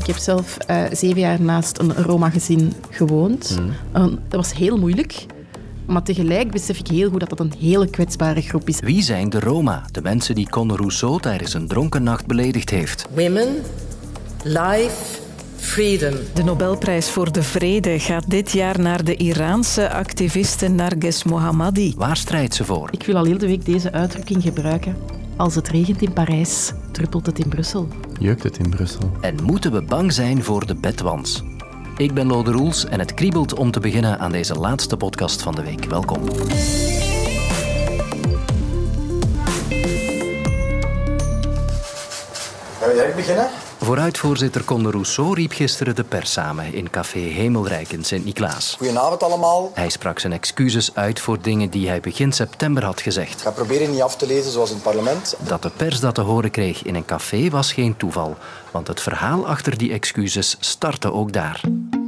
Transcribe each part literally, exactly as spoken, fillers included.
heb zelf uh, zeven jaar naast een Roma-gezin gewoond. Mm. Uh, dat was heel moeilijk. Maar tegelijk besef ik heel goed dat dat een hele kwetsbare groep is. Wie zijn de Roma? De mensen die Conor Rousseau tijdens een dronken nacht beledigd heeft. Women, life, freedom. De Nobelprijs voor de Vrede gaat dit jaar naar de Iraanse activiste Narges Mohammadi. Waar strijdt ze voor? Ik wil al heel de week deze uitdrukking gebruiken. Als het regent in Parijs, druppelt het in Brussel. Jeukt het in Brussel. En moeten we bang zijn voor de bedwans? Ik ben Lode Roels en het kriebelt om te beginnen aan deze laatste podcast van de week. Welkom. Gaan we direct beginnen? Vooruitvoorzitter Conor Rousseau riep gisteren de pers samen in café Hemelrijk in Sint-Niklaas. Goedenavond allemaal. Hij sprak zijn excuses uit voor dingen die hij begin september had gezegd. Ik ga proberen niet af te lezen zoals in het parlement. Dat de pers dat te horen kreeg in een café was geen toeval, want het verhaal achter die excuses startte ook daar.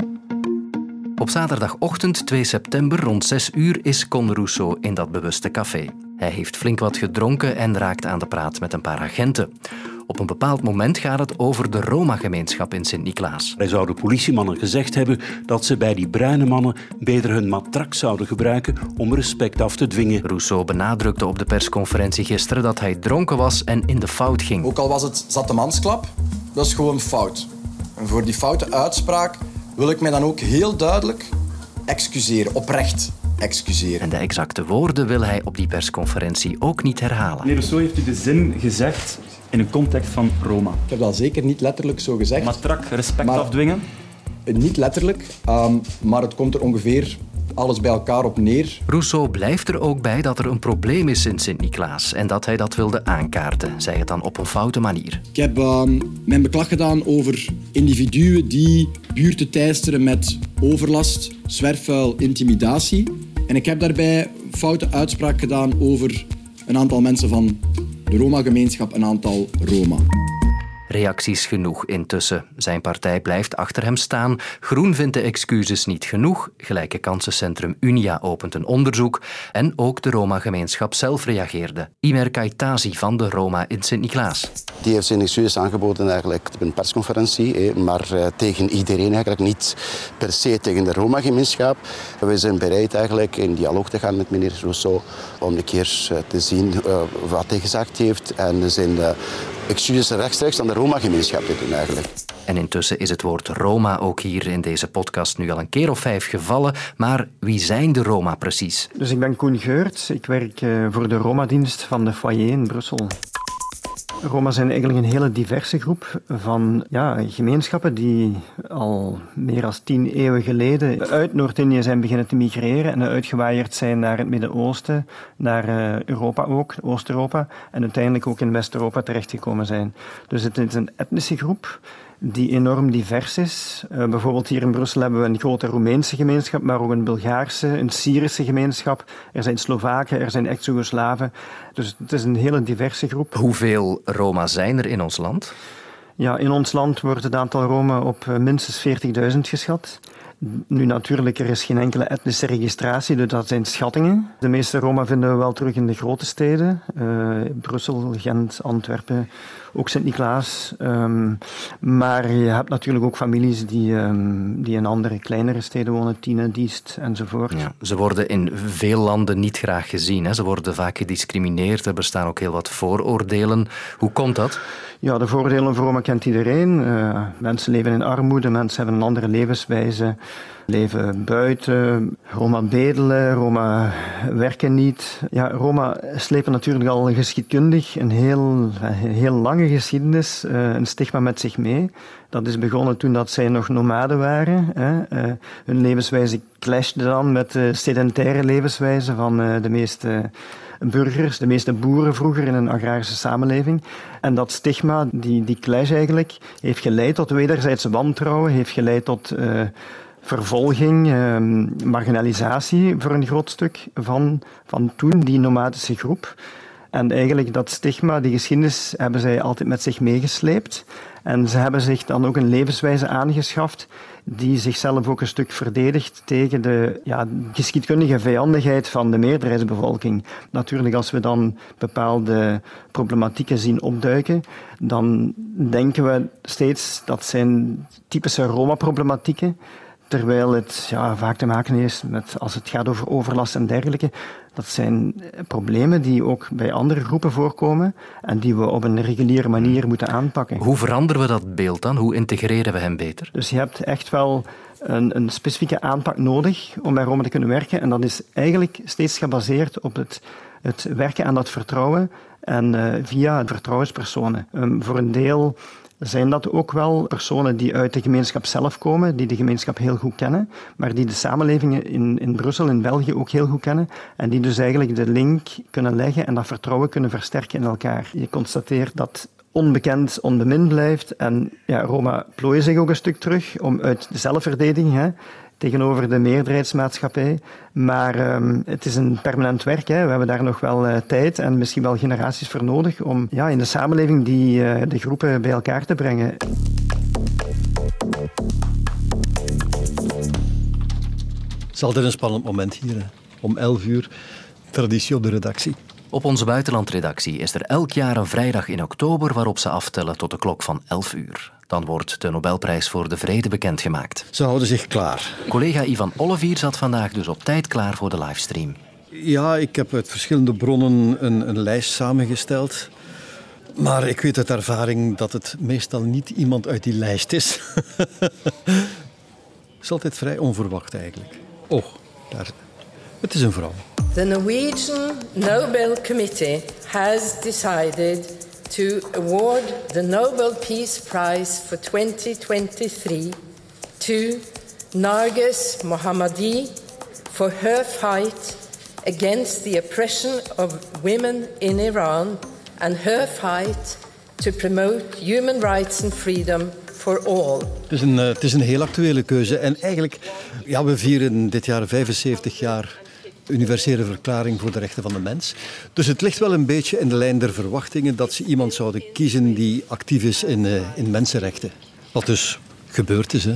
Op zaterdagochtend twee september rond zes uur is Conor Rousseau in dat bewuste café. Hij heeft flink wat gedronken en raakt aan de praat met een paar agenten. Op een bepaald moment gaat het over de Roma-gemeenschap in Sint-Niklaas. Hij zou de politiemannen gezegd hebben dat ze bij die bruine mannen beter hun matrak zouden gebruiken om respect af te dwingen. Rousseau benadrukte op de persconferentie gisteren dat hij dronken was en in de fout ging. Ook al was het zattemansklap, dat is gewoon fout. En voor die foute uitspraak wil ik mij dan ook heel duidelijk excuseren, oprecht excuseren. En de exacte woorden wil hij op die persconferentie ook niet herhalen. Meneer Rousseau heeft u de zin gezegd in een context van Roma. Ik heb dat zeker niet letterlijk zo gezegd. Matrak, respect maar, afdwingen? Niet letterlijk, um, maar het komt er ongeveer alles bij elkaar op neer. Rousseau blijft er ook bij dat er een probleem is in Sint-Niklaas en dat hij dat wilde aankaarten, zei het dan op een foute manier. Ik heb uh, mijn beklag gedaan over individuen die buurten teisteren met overlast, zwerfvuil, intimidatie. En ik heb daarbij foute uitspraak gedaan over een aantal mensen van de Roma-gemeenschap, een aantal Roma. Reacties genoeg intussen. Zijn partij blijft achter hem staan. Groen vindt de excuses niet genoeg. Gelijke Kansencentrum Unia opent een onderzoek. En ook de Roma-gemeenschap zelf reageerde. Imer Kaitazi van de Roma in Sint-Niklaas. Die heeft zijn excuses aangeboden eigenlijk op een persconferentie, maar tegen iedereen eigenlijk, niet per se tegen de Roma-gemeenschap. We zijn bereid eigenlijk in dialoog te gaan met meneer Rousseau om een keer te zien wat hij gezegd heeft en zijn excuses rechtstreeks aan de Roma-gemeenschap te doen eigenlijk. En intussen is het woord Roma ook hier in deze podcast nu al een keer of vijf gevallen. Maar wie zijn de Roma precies? Dus ik ben Koen Geurts. Ik werk voor de Roma-dienst van de Foyer in Brussel. Roma zijn eigenlijk een hele diverse groep van ja, gemeenschappen die al meer dan tien eeuwen geleden uit Noord-Indië zijn beginnen te migreren en uitgewaaid zijn naar het Midden-Oosten, naar Europa ook, Oost-Europa, en uiteindelijk ook in West-Europa terechtgekomen zijn. Dus het is een etnische groep die enorm divers is. Uh, bijvoorbeeld hier in Brussel hebben we een grote Roemeense gemeenschap, maar ook een Bulgaarse, een Syrische gemeenschap. Er zijn Slovaken, er zijn ex-Joegoslaven. Dus het is een hele diverse groep. Hoeveel Roma zijn er in ons land? Ja, in ons land wordt het aantal Roma op minstens veertigduizend geschat. Nu natuurlijk, er is geen enkele etnische registratie, dus dat zijn schattingen. De meeste Roma vinden we wel terug in de grote steden. Uh, Brussel, Gent, Antwerpen, ook Sint-Niklaas. Um, maar je hebt natuurlijk ook families die, um, die in andere, kleinere steden wonen, Tiene, Diest enzovoort. Ja, ze worden in veel landen niet graag gezien. Hè? Ze worden vaak gediscrimineerd. Er bestaan ook heel wat vooroordelen. Hoe komt dat? Ja, de voordelen voor Roma kent iedereen. Uh, mensen leven in armoede, mensen hebben een andere levenswijze, leven buiten. Roma bedelen, Roma werken niet. Ja, Roma slepen natuurlijk al geschiedkundig een heel, heel lange geschiedenis, uh, een stigma met zich mee. Dat is begonnen toen dat zij nog nomaden waren. Hè. Uh, hun levenswijze clashde dan met de sedentaire levenswijze van uh, de meeste burgers, de meeste boeren vroeger in een agrarische samenleving. En dat stigma, die, die clash eigenlijk, heeft geleid tot wederzijdse wantrouwen, heeft geleid tot uh, vervolging, uh, marginalisatie voor een groot stuk van, van toen die nomadische groep. En eigenlijk dat stigma, die geschiedenis, hebben zij altijd met zich meegesleept. En ze hebben zich dan ook een levenswijze aangeschaft die zichzelf ook een stuk verdedigt tegen de ja, geschiedkundige vijandigheid van de meerderheidsbevolking. Natuurlijk, als we dan bepaalde problematieken zien opduiken, dan denken we steeds dat zijn typische Roma-problematieken, terwijl het ja, vaak te maken heeft met, als het gaat over overlast en dergelijke, dat zijn problemen die ook bij andere groepen voorkomen en die we op een reguliere manier moeten aanpakken. Hoe veranderen we dat beeld dan? Hoe integreren we hem beter? Dus je hebt echt wel een, een specifieke aanpak nodig om bij Roma te kunnen werken. En dat is eigenlijk steeds gebaseerd op het, het werken aan dat vertrouwen en uh, via vertrouwenspersonen. Um, voor een deel zijn dat ook wel personen die uit de gemeenschap zelf komen, die de gemeenschap heel goed kennen, maar die de samenlevingen in, in Brussel en België ook heel goed kennen en die dus eigenlijk de link kunnen leggen en dat vertrouwen kunnen versterken in elkaar. Je constateert dat onbekend onbemind blijft en ja, Roma plooien zich ook een stuk terug om uit de zelfverdediging hè, tegenover de meerderheidsmaatschappij. Maar um, het is een permanent werk. Hè. We hebben daar nog wel uh, tijd en misschien wel generaties voor nodig om ja, in de samenleving die, uh, de groepen bij elkaar te brengen. Het is altijd een spannend moment hier. Hè. Om elf uur, traditie op de redactie. Op onze buitenlandredactie is er elk jaar een vrijdag in oktober waarop ze aftellen tot de klok van elf uur. Dan wordt de Nobelprijs voor de Vrede bekendgemaakt. Ze houden zich klaar. Collega Ivan Olivier zat vandaag dus op tijd klaar voor de livestream. Ja, ik heb uit verschillende bronnen een, een lijst samengesteld. Maar ik weet uit ervaring dat het meestal niet iemand uit die lijst is. Het is altijd vrij onverwacht eigenlijk. Oh, daar. Het is een vrouw. The Norwegian Nobel Committee has decided to award the Nobel Peace Prize for twenty twenty-three to Narges Mohammadi for her fight against the oppression of women in Iran and her fight to promote human rights and freedom for all. Het is een, het is een heel actuele keuze. En eigenlijk, ja, we vieren dit jaar vijfenzeventig jaar universele verklaring voor de rechten van de mens. Dus het ligt wel een beetje in de lijn der verwachtingen dat ze iemand zouden kiezen die actief is in, uh, in mensenrechten. Wat dus gebeurd is, hè.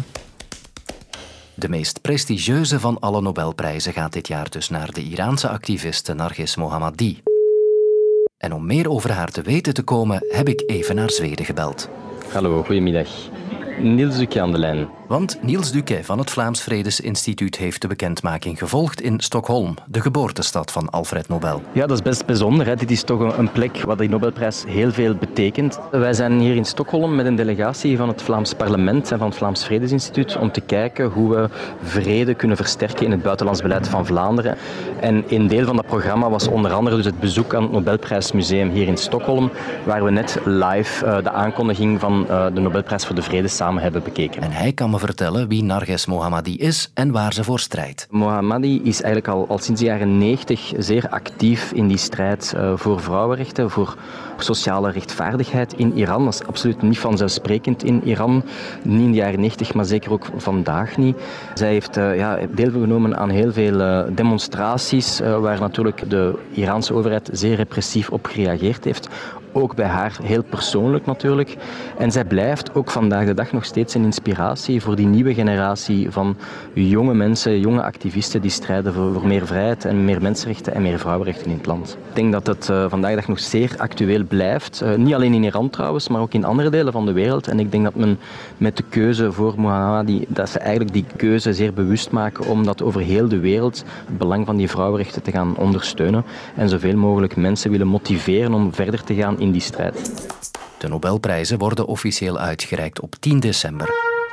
De meest prestigieuze van alle Nobelprijzen gaat dit jaar dus naar de Iraanse activiste Narges Mohammadi. En om meer over haar te weten te komen, heb ik even naar Zweden gebeld. Hallo, goedemiddag. Niels Duquet aan de lijn. Want Niels Duquet van het Vlaams Vredesinstituut heeft de bekendmaking gevolgd in Stockholm, de geboortestad van Alfred Nobel. Ja, dat is best bijzonder. Hè. Dit is toch een plek waar die Nobelprijs heel veel betekent. Wij zijn hier in Stockholm met een delegatie van het Vlaams Parlement en van het Vlaams Vredesinstituut om te kijken hoe we vrede kunnen versterken in het buitenlands beleid van Vlaanderen. En een deel van dat programma was onder andere dus het bezoek aan het Nobelprijsmuseum hier in Stockholm, waar we net live uh, de aankondiging van uh, de Nobelprijs voor de Vrede samen hebben bekeken. En hij kan me vertellen wie Narges Mohammadi is en waar ze voor strijdt. Mohammadi is eigenlijk al, al sinds de jaren negentig zeer actief in die strijd uh, voor vrouwenrechten, voor sociale rechtvaardigheid in Iran. Dat is absoluut niet vanzelfsprekend in Iran. Niet in de jaren negentig, maar zeker ook vandaag niet. Zij heeft uh, ja, deelgenomen aan heel veel uh, demonstraties uh, waar natuurlijk de Iraanse overheid zeer repressief op gereageerd heeft. Ook bij haar heel persoonlijk natuurlijk. En zij blijft ook vandaag de dag nog steeds een inspiratie voor die nieuwe generatie van jonge mensen, jonge activisten die strijden voor, voor meer vrijheid en meer mensenrechten en meer vrouwenrechten in het land. Ik denk dat het uh, vandaag de dag nog zeer actueel blijft. Uh, niet alleen in Iran trouwens, maar ook in andere delen van de wereld. En ik denk dat men met de keuze voor Mohammadi, dat ze eigenlijk die keuze zeer bewust maken om dat over heel de wereld het belang van die vrouwenrechten te gaan ondersteunen en zoveel mogelijk mensen willen motiveren om verder te gaan in die strijd. De Nobelprijzen worden officieel uitgereikt op tien december.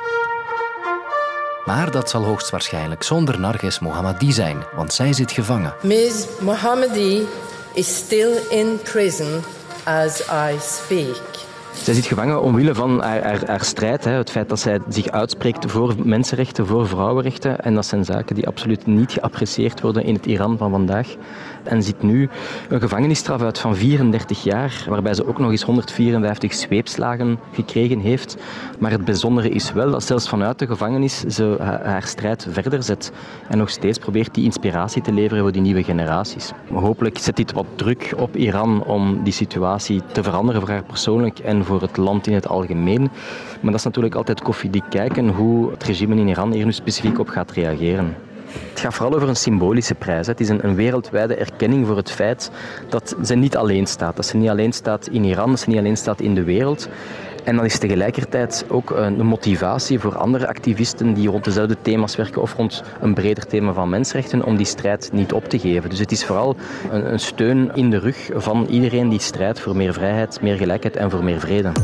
Maar dat zal hoogstwaarschijnlijk zonder Narges Mohammadi zijn, want zij zit gevangen. Miz Mohammadi is still in prison as I speak. Zij zit gevangen omwille van haar, haar, haar strijd. Hè. Het feit dat zij zich uitspreekt voor mensenrechten, voor vrouwenrechten. En dat zijn zaken die absoluut niet geapprecieerd worden in het Iran van vandaag. en zit nu een gevangenisstraf uit van vierendertig jaar, waarbij ze ook nog eens honderdvierenvijftig zweepslagen gekregen heeft. Maar het bijzondere is wel dat zelfs vanuit de gevangenis ze haar strijd verder zet en nog steeds probeert die inspiratie te leveren voor die nieuwe generaties. Hopelijk zet dit wat druk op Iran om die situatie te veranderen voor haar persoonlijk en voor het land in het algemeen. Maar dat is natuurlijk altijd koffiedik kijken hoe het regime in Iran hier nu specifiek op gaat reageren. Het gaat vooral over een symbolische prijs. Het is een, een wereldwijde erkenning voor het feit dat ze niet alleen staat. Dat ze niet alleen staat in Iran, dat ze niet alleen staat in de wereld. En dat is tegelijkertijd ook een motivatie voor andere activisten die rond dezelfde thema's werken of rond een breder thema van mensenrechten om die strijd niet op te geven. Dus het is vooral een, een steun in de rug van iedereen die strijdt voor meer vrijheid, meer gelijkheid en voor meer vrede.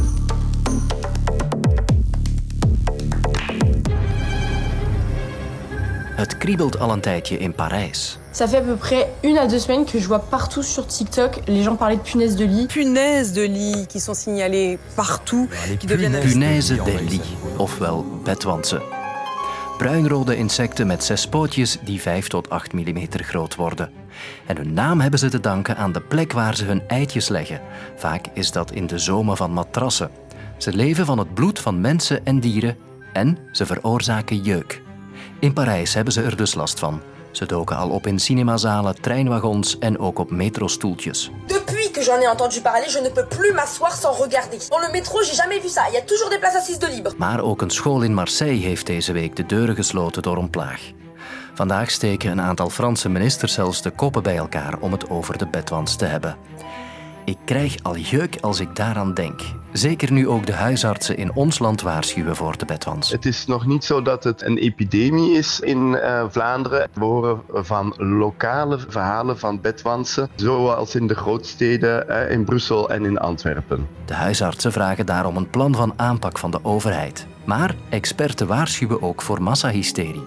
Het kriebelt al een tijdje in Parijs. Ça fait à peu près une à deux semaines que je vois partout sur TikTok les gens parler de punaises de lit. Punaises de lit qui sont signalées partout. Qui deviennent... Punaise de lit, ofwel bedwantsen. Bruinrode insecten met zes pootjes die vijf tot acht millimeter groot worden. En hun naam hebben ze te danken aan de plek waar ze hun eitjes leggen. Vaak is dat in de zomen van matrassen. Ze leven van het bloed van mensen en dieren en ze veroorzaken jeuk. In Parijs hebben ze er dus last van. Ze doken al op in cinemazalen, treinwagons en ook op metrostoeltjes. Depuis que j'en ai entendu parler, je ne peux plus m'asseoir sans regarder. Dans le métro, j'ai jamais vu ça. Il y a toujours des places assises de libre. Maar ook een school in Marseille heeft deze week de deuren gesloten door een plaag. Vandaag steken een aantal Franse ministers zelfs de koppen bij elkaar om het over de bedwants te hebben. Ik krijg al jeuk als ik daaraan denk. Zeker nu ook de huisartsen in ons land waarschuwen voor de bedwants. Het is nog niet zo dat het een epidemie is in uh, Vlaanderen. We horen van lokale verhalen van bedwantsen, zoals in de grootsteden, uh, in Brussel en in Antwerpen. De huisartsen vragen daarom een plan van aanpak van de overheid. Maar experten waarschuwen ook voor massahysterie.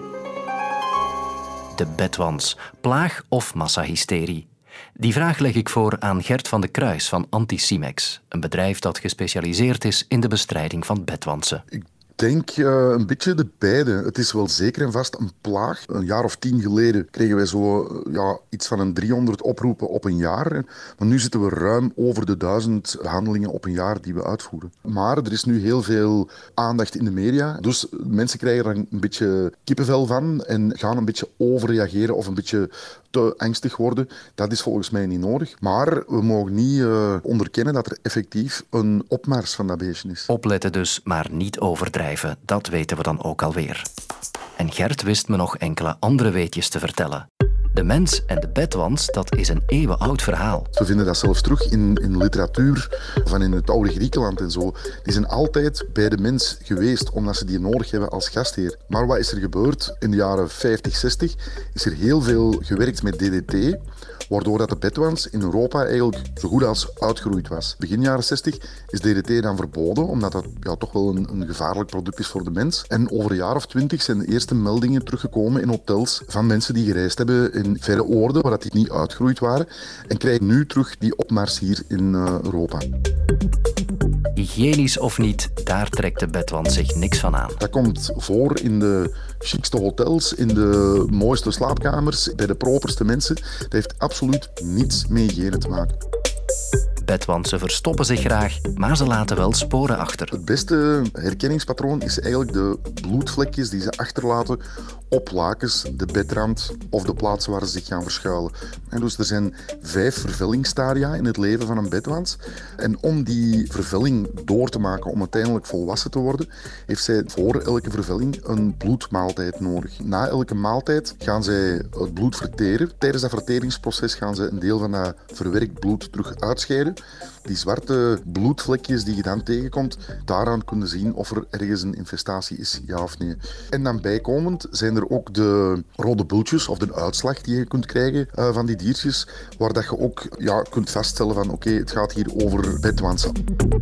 De bedwants, plaag of massahysterie? Die vraag leg ik voor aan Gert van de Kruis van Anticimex, een bedrijf dat gespecialiseerd is in de bestrijding van bedwantsen. Ik denk uh, een beetje de beide. Het is wel zeker en vast een plaag. Een jaar of tien geleden kregen wij zo ja, iets van een driehonderd oproepen op een jaar. Maar nu zitten we ruim over de duizend handelingen op een jaar die we uitvoeren. Maar er is nu heel veel aandacht in de media. Dus mensen krijgen er een beetje kippenvel van en gaan een beetje overreageren of een beetje te angstig worden. Dat is volgens mij niet nodig. Maar we mogen niet uh, onderkennen dat er effectief een opmars van dat beestje is. Opletten dus, maar niet overdrijven. Dat weten we dan ook alweer. En Gert wist me nog enkele andere weetjes te vertellen. De mens en de bedwants, dat is een eeuwenoud verhaal. We vinden dat zelfs terug in, in literatuur van in het oude Griekenland en zo. Die zijn altijd bij de mens geweest, omdat ze die nodig hebben als gastheer. Maar wat is er gebeurd? In de jaren vijftig, zestig is er heel veel gewerkt met D D T, waardoor dat de bedwants in Europa eigenlijk zo goed als uitgeroeid was. Begin jaren zestig is D D T dan verboden, omdat dat ja, toch wel een, een gevaarlijk product is voor de mens. En over een jaar of twintig zijn de eerste meldingen teruggekomen in hotels van mensen die gereisd hebben in verre oorden, waar die niet uitgeroeid waren, en krijgen nu terug die opmars hier in uh, Europa. Hygiënisch of niet, daar trekt de bedwant zich niks van aan. Dat komt voor in de chicste hotels, in de mooiste slaapkamers, bij de properste mensen. Dat heeft absoluut niets met hygiëne te maken. Bedwantsen verstoppen zich graag, maar ze laten wel sporen achter. Het beste herkenningspatroon is eigenlijk de bloedvlekjes die ze achterlaten op lakens, de bedrand of de plaatsen waar ze zich gaan verschuilen. En dus er zijn vijf vervellingsstadia in het leven van een bedwants. En om die vervelling door te maken, om uiteindelijk volwassen te worden, heeft zij voor elke vervelling een bloedmaaltijd nodig. Na elke maaltijd gaan zij het bloed verteren. Tijdens dat verteringsproces gaan ze een deel van dat verwerkt bloed terug uitscheiden. Die zwarte bloedvlekjes die je dan tegenkomt, daaraan kunnen zien of er ergens een infestatie is, ja of nee. En dan bijkomend zijn er ook de rode bultjes of de uitslag die je kunt krijgen uh, van die diertjes, waar dat je ook ja, kunt vaststellen van oké, okay, het gaat hier over bedwantsen.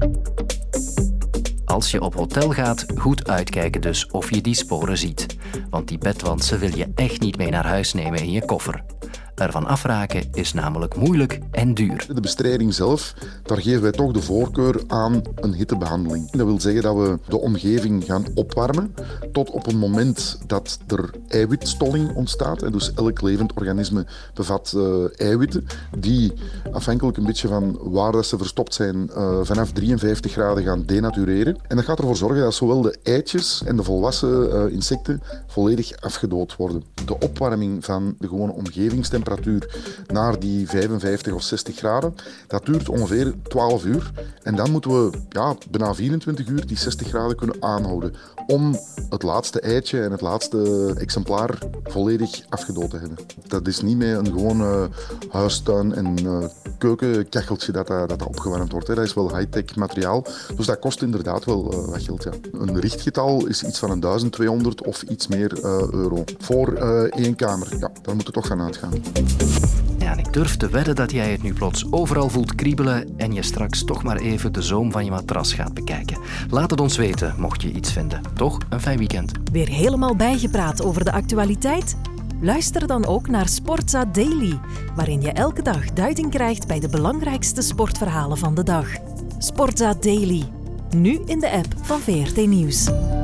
Als je op hotel gaat, goed uitkijken dus of je die sporen ziet. Want die bedwantsen wil je echt niet mee naar huis nemen in je koffer. Ervan afraken is namelijk moeilijk en duur. De bestrijding zelf, daar geven wij toch de voorkeur aan een hittebehandeling. Dat wil zeggen dat we de omgeving gaan opwarmen tot op een moment dat er eiwitstolling ontstaat. En dus elk levend organisme bevat uh, eiwitten die afhankelijk een beetje van waar dat ze verstopt zijn uh, vanaf drieënvijftig graden gaan denatureren. En dat gaat ervoor zorgen dat zowel de eitjes en de volwassen uh, insecten volledig afgedood worden. De opwarming van de gewone omgevingstemperatuur naar die vijfenvijftig of zestig graden, dat duurt ongeveer twaalf uur. En dan moeten we ja, bijna vierentwintig uur die zestig graden kunnen aanhouden om het laatste eitje en het laatste exemplaar volledig afgedood te hebben. Dat is niet met een gewone huistuin- en uh, keukenkacheltje dat dat, dat opgewarmd wordt. Hè. Dat is wel high-tech materiaal, dus dat kost inderdaad wel uh, wat geld. Ja. Een richtgetal is iets van duizend tweehonderd of iets meer uh, euro. Voor uh, één kamer, ja, daar moet je toch van uitgaan. Ja, en ik durf te wedden dat jij het nu plots overal voelt kriebelen en je straks toch maar even de zoom van je matras gaat bekijken. Laat het ons weten, mocht je iets vinden. Toch een fijn weekend. Weer helemaal bijgepraat over de actualiteit? Luister dan ook naar Sportza Daily, waarin je elke dag duiding krijgt bij de belangrijkste sportverhalen van de dag. Sportza Daily, nu in de app van V R T Nieuws.